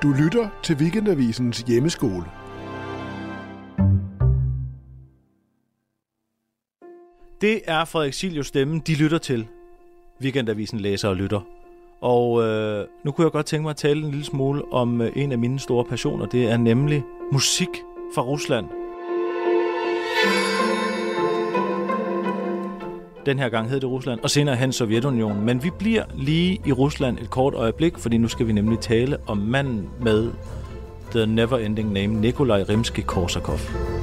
Du lytter til Weekendavisens hjemmeskole. Det er Frederik Sillius stemme, de lytter til. Weekendavisen læser og lytter. Og nu kunne jeg godt tænke mig at tale en lille smule om en af mine store passioner. Det er nemlig musik fra Rusland. Den her gang hed det Rusland, og senere hen Sovjetunionen. Men vi bliver lige i Rusland et kort øjeblik, fordi nu skal vi nemlig tale om manden med the never-ending name, Nikolaj Rimskij-Korsakov.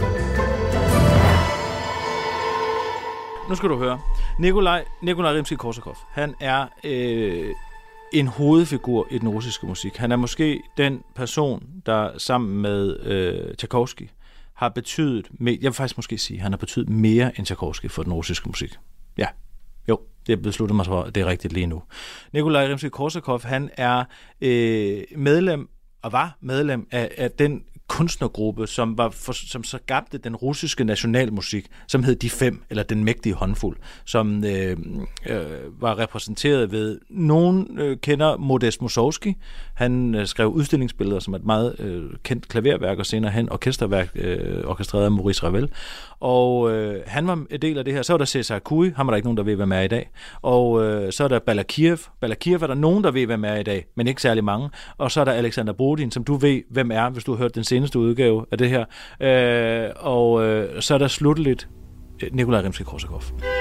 Nu skal du høre. Nikolaj Rimskij-Korsakov, han er en hovedfigur i den russiske musik. Han er måske den person, der sammen med Tchaikovsky har betydet, jeg vil faktisk måske sige, han har betydet mere end Tchaikovsky for den russiske musik. Ja, jo, det besluttet mig for, det er rigtigt lige nu. Nikolaj Rimskij-Korsakov, han er medlem, og var medlem af den kunstnergruppe, som så skabte den russiske nationalmusik, som hed De Fem, eller Den Mægtige Håndfuld, som var repræsenteret ved, nogen kender Modest Mussorgsky. Han skrev udstillingsbilleder, som er et meget kendt klaverværk, og senere hen orkesterværk, orkestreret af Maurice Ravel. Og han var en del af det her. Så var der Cesar Cui, ham er der ikke nogen, der ved, hvem er i dag. Og så er der Balakirev. Balakirev er der nogen, der ved, hvem er i dag, men ikke særlig mange. Og så er der Alexander Bodin, som du ved, hvem er, hvis du har hørt den seneste udgave af det her. Og så er der slutteligt Nikolaj Rimskij-Korsakov.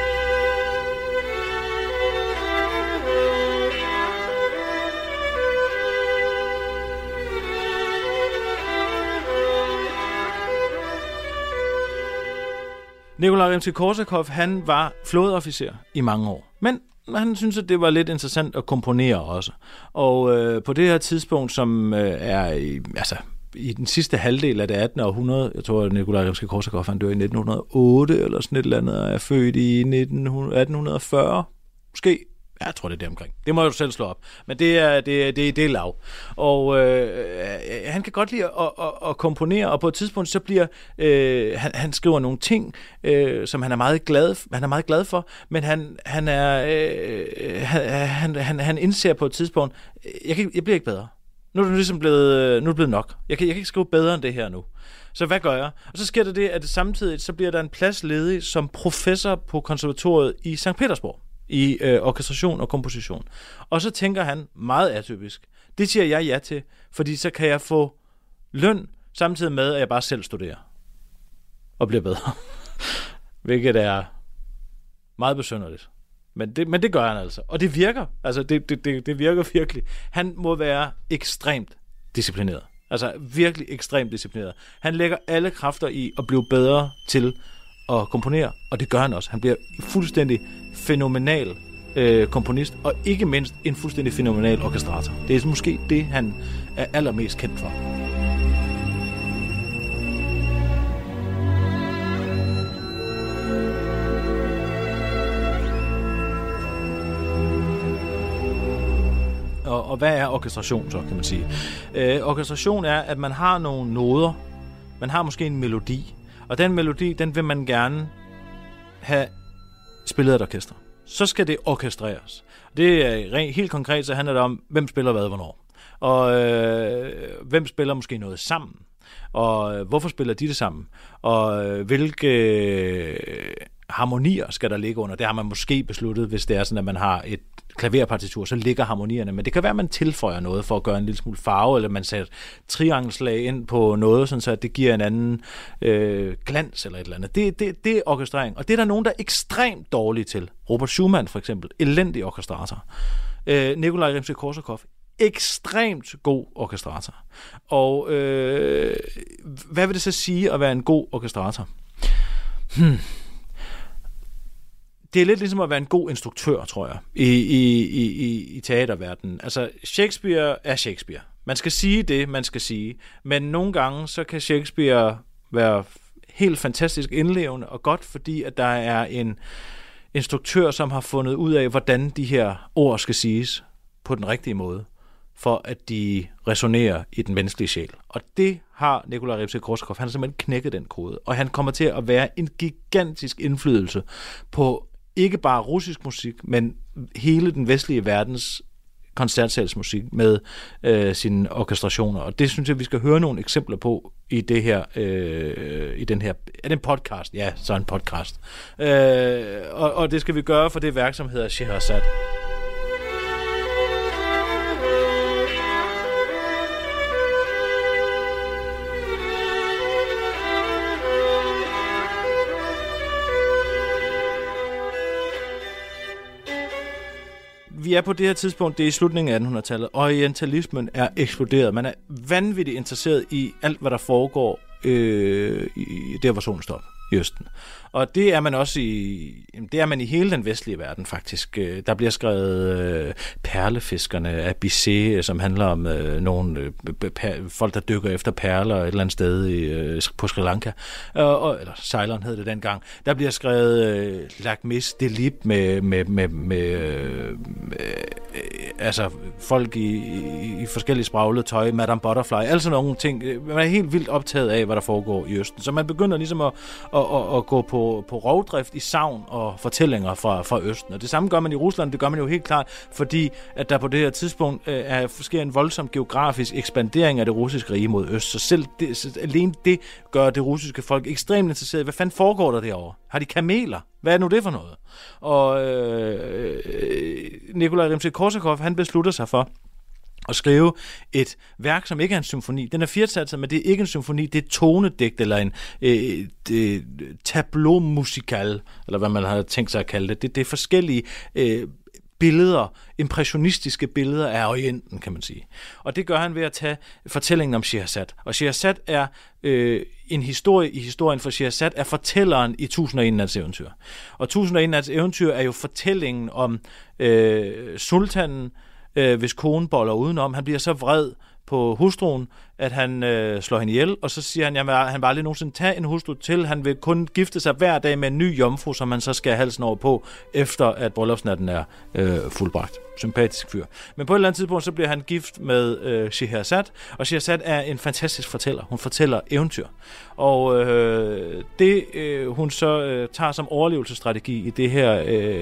Nikolaj Rimskij-Korsakov, han var flådeofficer i mange år, men han synes, at det var lidt interessant at komponere også. Og på det her tidspunkt, som er i den sidste halvdel af det 18. århundrede, jeg tror, at Nikolaj Rimskij-Korsakov, han dør i 1908 eller sådan et eller andet, og er født i 1840, måske. Jeg tror, det er det omkring. Det må jeg jo selv slå op. Men det er lav. Og han kan godt lide at komponere, og på et tidspunkt så bliver han skriver nogle ting, som han er meget glad for, men han indser på et tidspunkt, jeg bliver ikke bedre. Nu er det ligesom blevet nok. Jeg kan ikke skrive bedre end det her nu. Så hvad gør jeg? Og så sker der det, at samtidig så bliver der en plads ledig som professor på konservatoriet i Sankt Petersborg i orkestration og komposition. Og så tænker han meget atypisk. Det siger jeg ja til, fordi så kan jeg få løn samtidig med, at jeg bare selv studerer og bliver bedre. Hvilket er meget besynderligt. Men det gør han altså. Og det virker. Altså, det virker virkelig. Han må være ekstremt disciplineret. Altså, virkelig ekstremt disciplineret. Han lægger alle kræfter i at blive bedre til at komponere, og det gør han også. Han bliver fuldstændig fænomenal komponist, og ikke mindst en fuldstændig fænomenal orkestrator. Det er måske det, han er allermest kendt for. Og hvad er orkestration så, kan man sige? Orkestration er, at man har nogle noder, man har måske en melodi, og den melodi, den vil man gerne have spillet af et orkester. Så skal det orkestreres. Det er helt konkret, så handler det om, hvem spiller hvad, hvornår. Og hvem spiller måske noget sammen. Og hvorfor spiller de det sammen? Og hvilke harmonier skal der ligge under? Det har man måske besluttet, hvis det er sådan, at man har et klaverpartitur, så ligger harmonierne. Men det kan være, at man tilføjer noget for at gøre en lille smule farve, eller man sætter triangelslag ind på noget, sådan så at det giver en anden glans eller et eller andet. Det er orkestrering. Og det er der nogen, der er ekstremt dårlige til. Robert Schumann for eksempel. Elendig orkestrator. Nikolaj Rimskij-Korsakov. Ekstremt god orkestrator. Og hvad vil det så sige at være en god orkestrator? Det er lidt ligesom at være en god instruktør, tror jeg, i teaterverdenen. Altså, Shakespeare er Shakespeare. Man skal sige det, man skal sige. Men nogle gange, så kan Shakespeare være helt fantastisk indlevende og godt, fordi at der er en instruktør, som har fundet ud af, hvordan de her ord skal siges på den rigtige måde, for at de resonerer i den menneskelige sjæl. Og det har Nikolaj Rimskij-Korsakov. Han har simpelthen knækket den kode. Og han kommer til at være en gigantisk indflydelse på ikke bare russisk musik, men hele den vestlige verdens koncertsalsmusik med sine orkestrationer. Og det synes jeg, vi skal høre nogle eksempler på i det her, i den her, er det en podcast? Ja, så en podcast. Og det skal vi gøre for det værk, som hedder Scheherazade. Vi er på det her tidspunkt, det er i slutningen af 1800-tallet. Orientalismen er eksploderet. Man er vanvittigt interesseret i alt, hvad der foregår der, hvor solen står i Østen. Og det er man også i hele den vestlige verden faktisk. Der bliver skrevet Perlefiskerne af Bizet, som handler om nogle folk, der dykker efter perler et eller andet sted på Sri Lanka. Eller Ceylon hed det dengang. Der bliver skrevet Lacmis Delib med altså folk i forskellige spraglede tøj, Madame Butterfly, altså nogle ting. Man er helt vildt optaget af, hvad der foregår i Østen. Så man begynder ligesom at gå på rovdrift i sagn og fortællinger fra Østen. Og det samme gør man i Rusland, det gør man jo helt klart, fordi at der på det her tidspunkt sker en voldsom geografisk ekspandering af det russiske rige mod øst. Så alene det gør det russiske folk ekstremt interesseret. Hvad fanden foregår der derovre? Har de kameler? Hvad er nu det for noget? Og Nikolaj Rimsky-Korsakov, han beslutter sig for at skrive et værk, som ikke er en symfoni. Den er firsatset, men det er ikke en symfoni, det er tonedigt, eller en tableau musical, eller hvad man har tænkt sig at kalde det. Det er forskellige billeder, impressionistiske billeder af Orienten, kan man sige. Og det gør han ved at tage fortællingen om Scheherazade. Og Scheherazade er en historie i historien, for Scheherazade er fortælleren i 1001 Nats eventyr. Og 1001 Nats eventyr er jo fortællingen om sultanen, hvis konen boller udenom. Han bliver så vred på hustruen, at han slår hende ihjel, og så siger han, at han vil aldrig nogensinde tage en hustru til. Han vil kun gifte sig hver dag med en ny jomfru, som man så skal have halsen over på, efter at bryllupsnatten er fuldbragt. Sympatisk fyr. Men på et eller andet tidspunkt, så bliver han gift med Scheherazade, og Scheherazade er en fantastisk fortæller. Hun fortæller eventyr. Og det, hun så tager som overlevelsesstrategi i det her...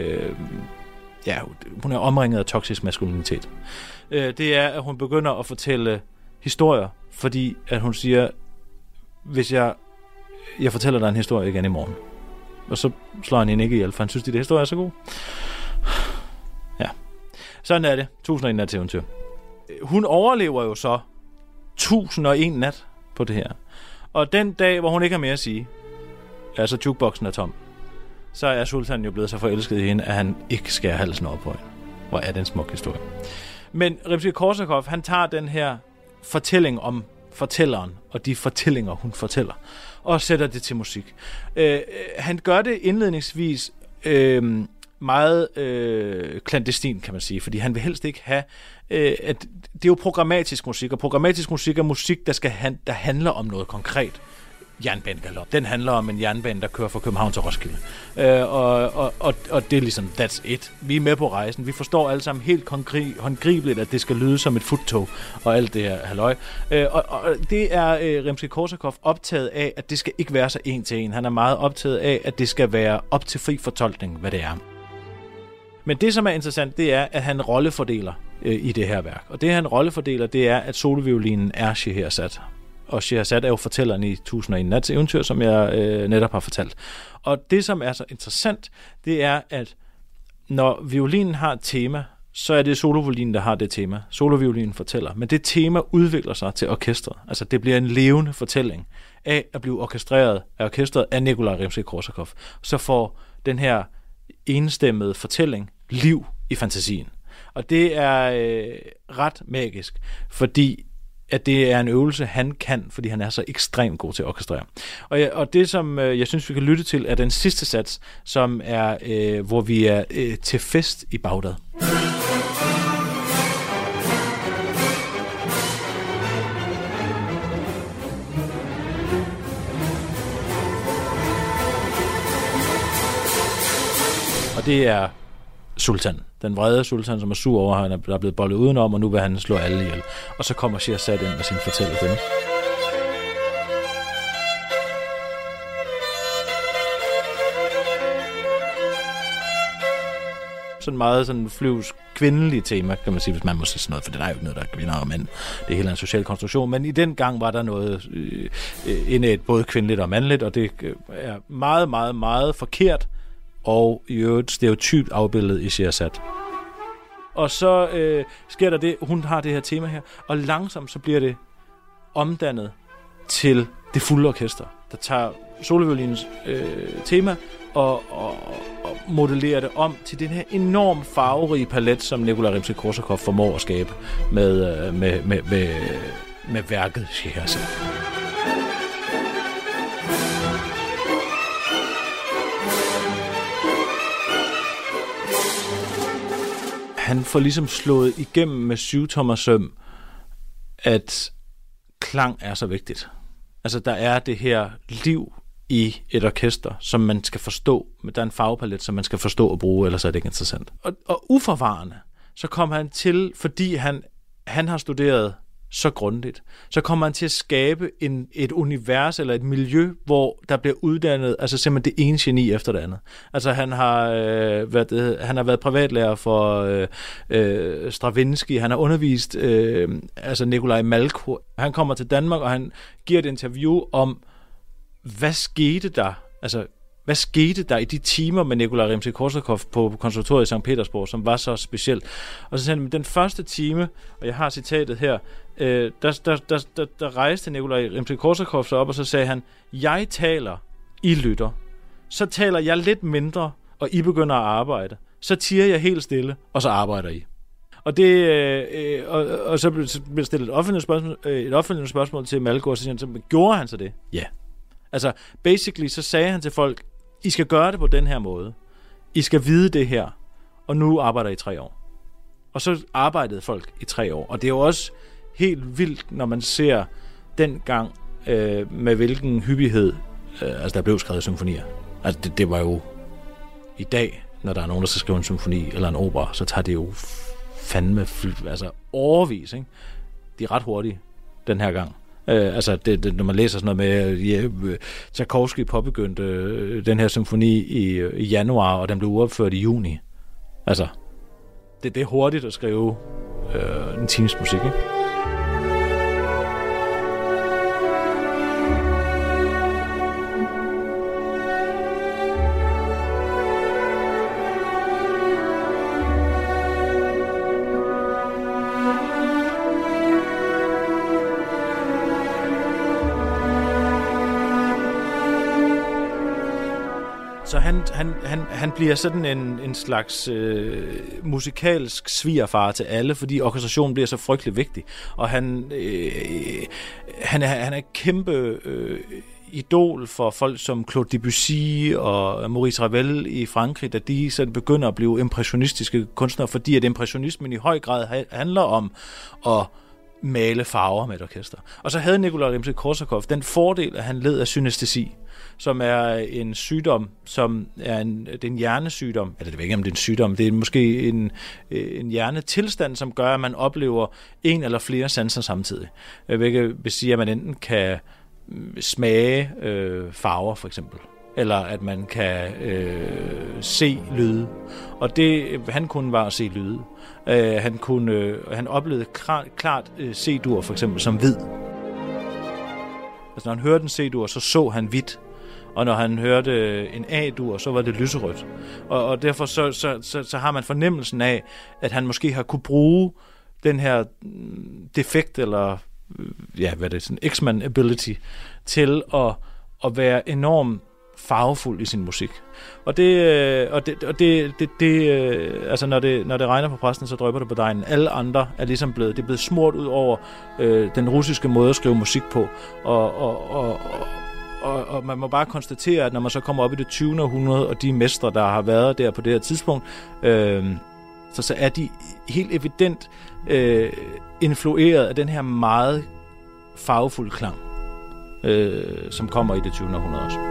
hun er omringet af toksisk maskulinitet. Det er, at hun begynder at fortælle historier, fordi at hun siger, hvis jeg fortæller dig en historie igen i morgen. Og så slår han hende ikke ihjel, for han synes, at det historie er så god. Ja. Sådan er det. 1001 Nats eventyr. Hun overlever jo så 1001 nat på det her. Og den dag, hvor hun ikke har mere at sige, altså jukeboxen er tom, så er sultanen jo blevet så forelsket i hende, at han ikke skærer halsen over på hende. Hvor er den smuk historie. Men Rimsky-Korsakov, han tager den her fortælling om fortælleren, og de fortællinger, hun fortæller, og sætter det til musik. Han gør det indledningsvis meget klandestin, kan man sige, fordi han vil helst ikke have, at det er jo programmatisk musik, og programmatisk musik er musik, der handler om noget konkret. Jernbanegalop. Den handler om en jernbane, der kører fra København til Roskilde. Og det er ligesom, that's it. Vi er med på rejsen. Vi forstår alle sammen helt håndgribeligt, at det skal lyde som et futtog og alt det her halløj. Og det er Rimsky-Korsakov optaget af, at det skal ikke være så en til en. Han er meget optaget af, at det skal være op til fri fortolkning, hvad det er. Men det, som er interessant, det er, at han rollefordeler i det her værk. Og det, han rollefordeler, det er, at soloviolinen er Scheherazade. Og Scheherazade er jo fortælleren i 1001 Nats eventyr, som jeg netop har fortalt. Og det, som er så interessant, det er, at når violinen har et tema, så er det soloviolinen, der har det tema. Soloviolinen fortæller. Men det tema udvikler sig til orkestret. Altså, det bliver en levende fortælling af at blive orkestreret af orkestret af Nikolaj Rimsky-Korsakov. Så får den her enstemmede fortælling liv i fantasien. Og det er ret magisk, fordi at det er en øvelse, han kan, fordi han er så ekstremt god til at orkestrere. Og det, som jeg synes, vi kan lytte til, er den sidste sats, som er, hvor vi er til fest i Bagdad. Og det er sultanen. Den vrede sultan, som er sur over, at han er blevet bollet udenom, og nu vil han slå alle ihjel. Og så kommer Scheherazade ind med sin fortællerstemme. Sådan meget sådan flyvsk kvindelig tema, kan man sige, hvis man må sige sådan noget, for det er jo ikke noget, der er kvinder og mænd. Det er hele en social konstruktion, men i den gang var der noget indædt både kvindeligt og mandligt, og det er meget, meget, meget forkert, og i øvrigt stereotypt afbildet i Sheherazade. Og så sker der det, hun har det her tema her, og langsomt så bliver det omdannet til det fulde orkester, der tager soloviolinens tema og modellerer det om til den her enormt farverige palet, som Nikolaj Rimsky-Korsakov formår at skabe med værket Sheherazade. Han får ligesom slået igennem med syvtommersøm, at klang er så vigtigt. Altså, der er det her liv i et orkester, som man skal forstå. Der er en farvepalet, som man skal forstå og bruge, ellers er det ikke interessant. Og uforvarende, så kom han til, fordi han har studeret så grundigt, så kommer han til at skabe et univers eller et miljø, hvor der bliver uddannet, altså simpelthen det ene geni efter det andet. Altså han har været privatlærer for Stravinsky, han har undervist altså Nikolaj Malko. Han kommer til Danmark, og han giver et interview om, hvad skete der i de timer med Nikolaj Rimsky-Korsakov på konservatoriet i Sankt Petersborg, som var så specielt. Og så sagde han, den første time, og jeg har citatet her, der rejste Nikolaj Rimsky-Korsakov sig op, og så sagde han, jeg taler, I lytter. Så taler jeg lidt mindre, og I begynder at arbejde. Så tiger jeg helt stille, og så arbejder I. Og det og så blev stillet et opfølgende spørgsmål til Malko, og så siger han, gjorde han så det? Ja. Altså, basically, så sagde han til folk, I skal gøre det på den her måde. I skal vide det her. Og nu arbejder I 3 år. Og så arbejdede folk i 3 år. Og det er jo også helt vildt, når man ser dengang, med hvilken hyppighed, altså der blev skrevet symfonier. Altså, det var jo i dag, når der er nogen, der skal skrive en symfoni eller en opera, så tager det jo fandme overvis, ikke? De er ret hurtige den her gang. Altså, når man læser sådan noget med, Tchaikovsky påbegyndte den her symfoni i januar, og den blev uopført i juni. Altså, det er hurtigt at skrive en times musik, ikke? Så han bliver sådan en slags musikalsk svigerfar til alle, fordi orkestrationen bliver så frygtelig vigtig. Og han er et kæmpe idol for folk som Claude Debussy og Maurice Ravel i Frankrig, da de sådan begynder at blive impressionistiske kunstnere, fordi at impressionismen i høj grad handler om at male farver med et orkester. Og så havde Nikolaj Rimsky-Korsakov den fordel, at han led af synestesi, som er en sygdom, som er det er en hjernesygdom. Eller det ved ikke, om det er en sygdom. Det er måske en hjernetilstand, som gør, at man oplever en eller flere sanser samtidig. Hvilket vil sige, at man enten kan smage farver, for eksempel. Eller at man kan se lyde. Og det, han kunne var at se lyde. Han oplevede klart C-dur, for eksempel, som hvid. Altså, når han hørte en C-dur, så han hvidt. Og når han hørte en A-dur, så var det lyserødt. Og derfor så har man fornemmelsen af, at han måske har kunne bruge den her defekt, eller sådan X-Man ability, til at være enormt farvefuld i sin musik. Og altså når det regner på præsten, så drypper det på dejen. Alle andre er ligesom blevet smurt ud over den russiske måde at skrive musik på. Og man må bare konstatere, at når man så kommer op i det 20. århundrede, og de mestre, der har været der på det her tidspunkt, så er de helt evident influeret af den her meget farvefulde klang, som kommer i det 20. århundrede også.